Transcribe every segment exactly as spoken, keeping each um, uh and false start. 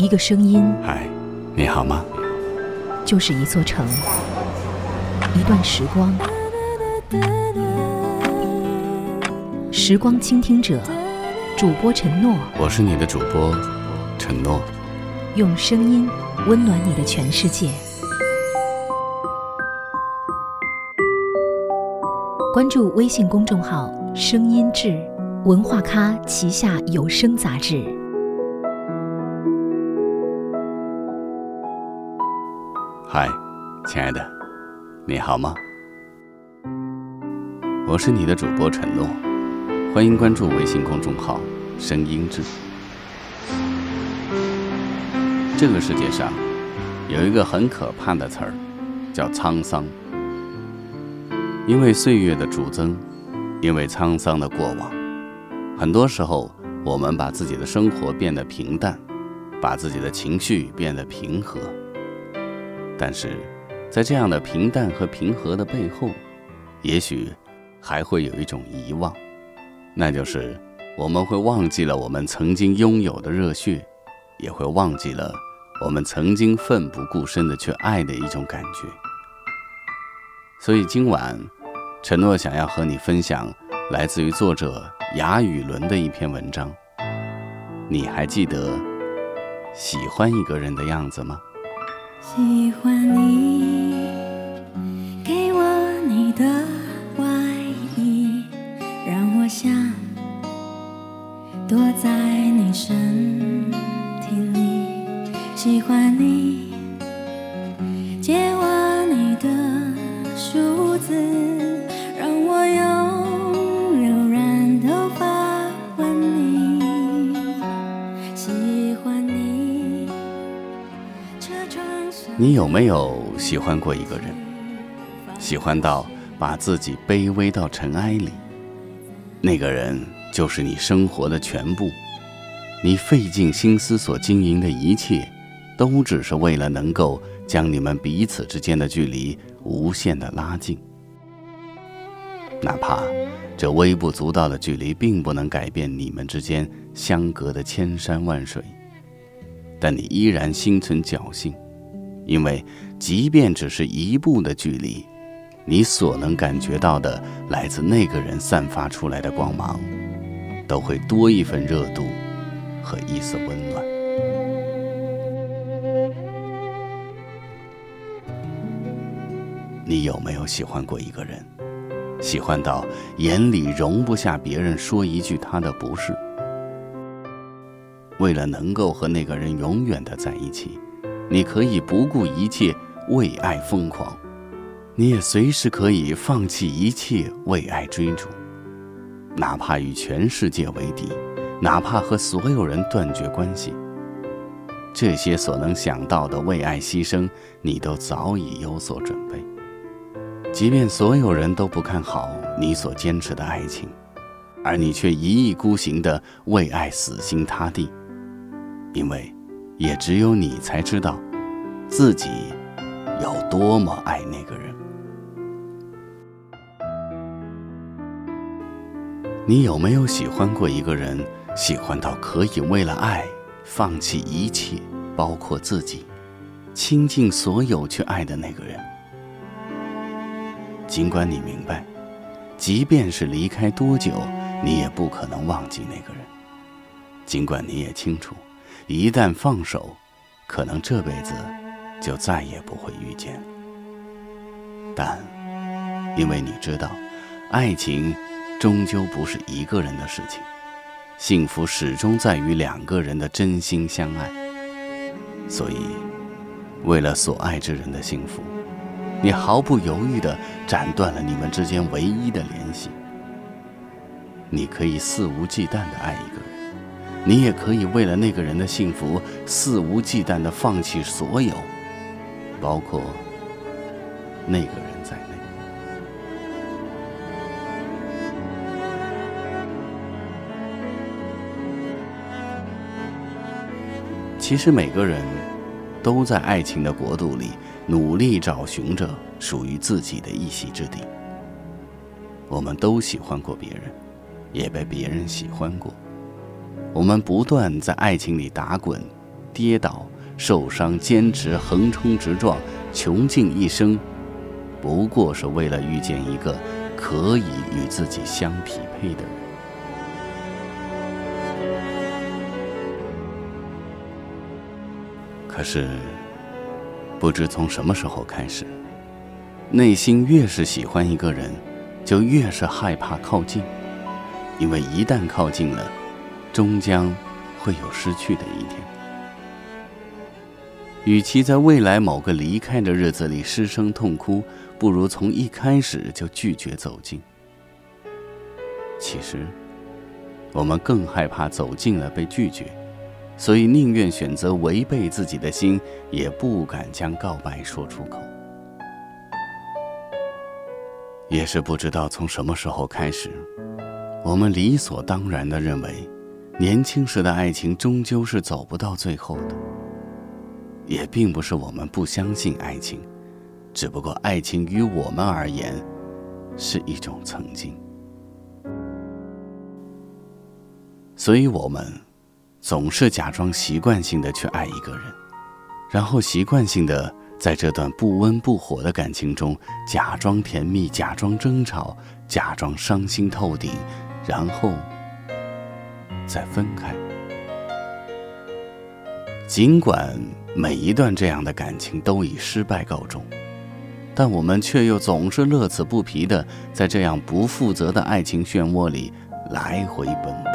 一个声音， 嗨，你好吗？ 就是一座城，一段时光。时光倾听者，主播陈诺。 我是你的主播陈诺， 用声音温暖你的全世界。关注微信公众号声音志，文化咖旗下有声杂志。 嗨，亲爱的，你好吗？我是你的主播陈诺，欢迎关注微信公众号声音志。这个世界上有一个很可怕的词儿，叫沧桑。因为岁月的逐增，因为沧桑的过往，很多时候我们把自己的生活变得平淡，把自己的情绪变得平和。但是在这样的平淡和平和的背后，也许还会有一种遗忘，那就是我们会忘记了我们曾经拥有的热血，也会忘记了我们曾经奋不顾身的去爱的一种感觉。所以今晚陈诺想要和你分享来自于作者雅语伦的一篇文章。你还记得喜欢一个人的样子吗？ 喜欢你给我你的外衣，让我想躲在你身体里。喜欢你借我你的梳子，让我用柔软头发吻你。喜欢你车窗上， 你有没有喜欢过一个人，喜欢到把自己卑微到尘埃里？那个人就是你生活的全部，你费尽心思所经营的一切，都只是为了能够将你们彼此之间的距离无限的拉近。哪怕这微不足道的距离并不能改变你们之间相隔的千山万水，但你依然心存侥幸，因为即便只是一步的距离，你所能感觉到的来自那个人散发出来的光芒，都会多一份热度和一丝温暖。你有没有喜欢过一个人，喜欢到眼里容不下别人说一句他的不是？为了能够和那个人永远的在一起，你可以不顾一切为爱疯狂，你也随时可以放弃一切为爱追逐，哪怕与全世界为敌，哪怕和所有人断绝关系。这些所能想到的为爱牺牲，你都早已有所准备。即便所有人都不看好你所坚持的爱情，而你却一意孤行地为爱死心塌地，因为也只有你才知道自己有多么爱那个人。你有没有喜欢过一个人，喜欢到可以为了爱放弃一切，包括自己，倾尽所有去爱的那个人？尽管你明白，即便是离开多久，你也不可能忘记那个人。尽管你也清楚，一旦放手，可能这辈子就再也不会遇见。但因为你知道，爱情终究不是一个人的事情，幸福始终在于两个人的真心相爱。所以为了所爱之人的幸福，你毫不犹豫地斩断了你们之间唯一的联系。你可以肆无忌惮地爱一个人，你也可以为了那个人的幸福肆无忌惮地放弃所有，包括那个人在内。其实每个人都在爱情的国度里努力找寻着属于自己的一席之地。我们都喜欢过别人，也被别人喜欢过。我们不断在爱情里打滚， 跌倒、受伤、坚持、横冲直撞，穷尽一生，不过是为了遇见一个可以与自己相匹配的人。可是，不知从什么时候开始，内心越是喜欢一个人，就越是害怕靠近，因为一旦靠近了，终将会有失去的一天。与其在未来某个离开的日子里失声痛哭，不如从一开始就拒绝走近。其实，我们更害怕走近了被拒绝，所以宁愿选择违背自己的心，也不敢将告白说出口。也是不知道从什么时候开始，我们理所当然地认为，年轻时的爱情终究是走不到最后的。也并不是我们不相信爱情，只不过爱情于我们而言是一种曾经。所以我们总是假装习惯性的去爱一个人，然后习惯性的在这段不温不火的感情中假装甜蜜，假装争吵，假装伤心透顶，然后再分开。尽管每一段这样的感情都以失败告终，但我们却又总是乐此不疲地在这样不负责的爱情漩涡里来回奔波，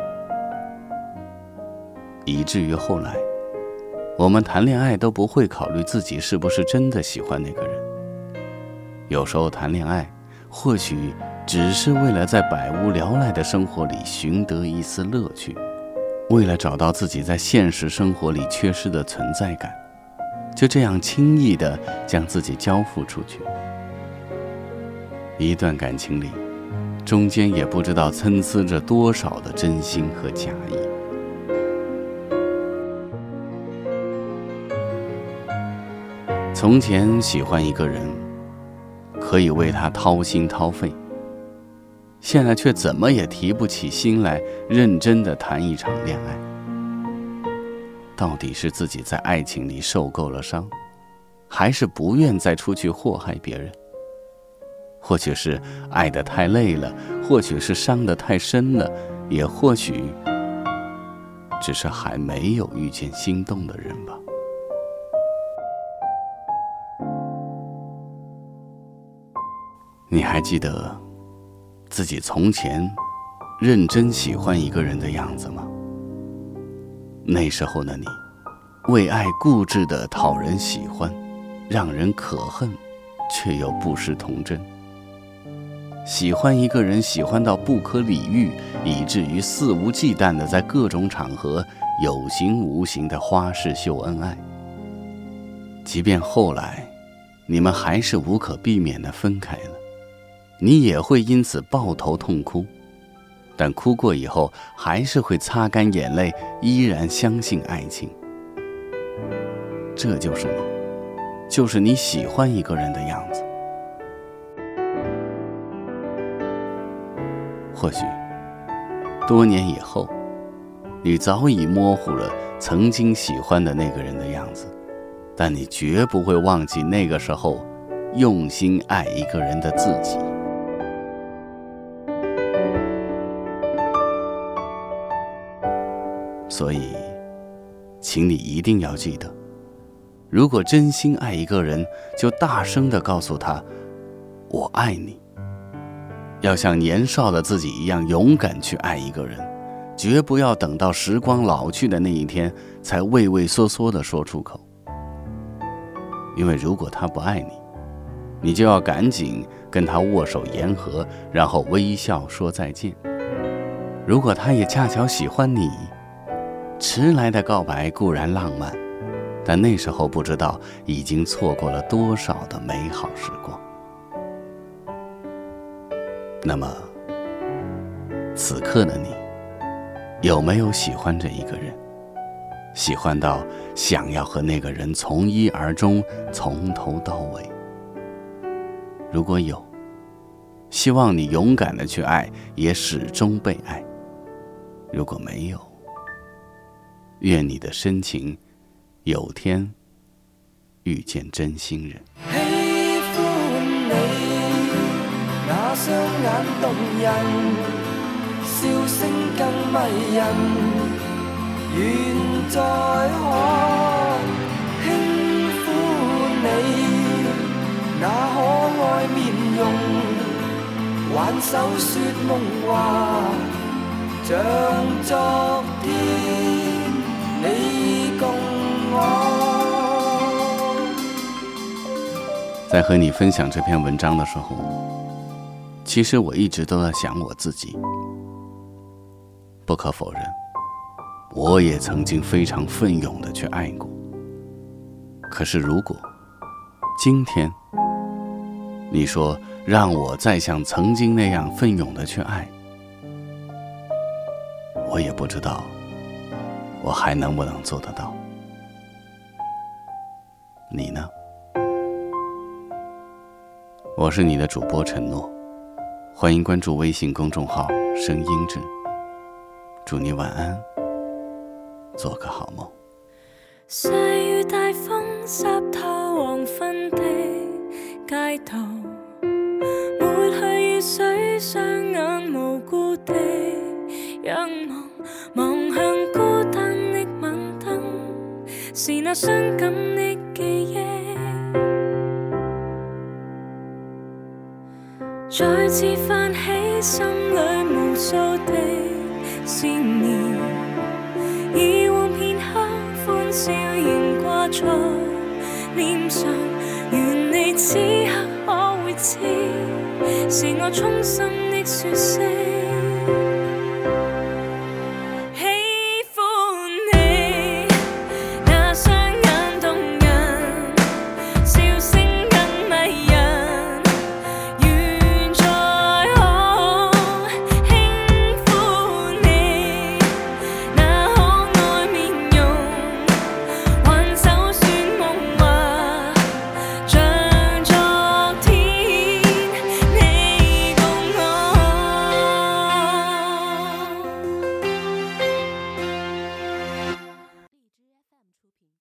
以至于后来我们谈恋爱都不会考虑自己是不是真的喜欢那个人。有时候谈恋爱或许只是为了在百无聊赖的生活里寻得一丝乐趣，为了找到自己在现实生活里缺失的存在感，就这样轻易地将自己交付出去。一段感情里，中间也不知道参差着多少的真心和假意。从前喜欢一个人，可以为他掏心掏肺，现在却怎么也提不起心来认真地谈一场恋爱。到底是自己在爱情里受够了伤，还是不愿再出去祸害别人？或许是爱得太累了，或许是伤得太深了，也或许只是还没有遇见心动的人吧。你还记得自己从前认真喜欢一个人的样子吗？那时候的你，为爱固执地讨人喜欢，让人可恨，却又不失童真。喜欢一个人喜欢到不可理喻，以至于肆无忌惮地在各种场合有形无形的花式秀恩爱。即便后来你们还是无可避免地分开了，你也会因此抱头痛哭，但哭过以后还是会擦干眼泪，依然相信爱情。这就是你，就是你喜欢一个人的样子。或许多年以后，你早已模糊了曾经喜欢的那个人的样子，但你绝不会忘记那个时候用心爱一个人的自己。所以，请你一定要记得，如果真心爱一个人，就大声地告诉他，我爱你。要像年少的自己一样勇敢去爱一个人，绝不要等到时光老去的那一天，才畏畏缩缩地说出口。因为如果他不爱你，你就要赶紧跟他握手言和，然后微笑说再见。如果他也恰巧喜欢你，迟来的告白固然浪漫，但那时候不知道已经错过了多少的美好时光。那么，此刻的你，有没有喜欢着一个人？喜欢到想要和那个人从一而终，从头到尾？如果有，希望你勇敢地去爱，也始终被爱。如果没有，愿你的深情有天遇见真心人。 喜歡你那雙眼動人，笑聲更迷人，願再可輕撫你那可愛面容，挽手說夢話，像昨天你共我。 在和你分享这篇文章的时候，其实我一直都在想我自己。不可否认，我也曾经非常奋勇地去爱过。可是如果今天你说让我再像曾经那样奋勇地去爱，我也不知道我还能不能做得到。你呢？我是你的主播陈诺，欢迎关注微信公众号声音志，祝你晚安，做個好夢。 細雨大風濕透黃昏的街道，抹去雨水，雙眼無辜地仰望，望向孤單的晚燈，是那傷感的記憶，再次泛起心裏無數的思念，以往片刻歡笑仍掛在臉上，願你此刻可會知，是我衷心的說聲。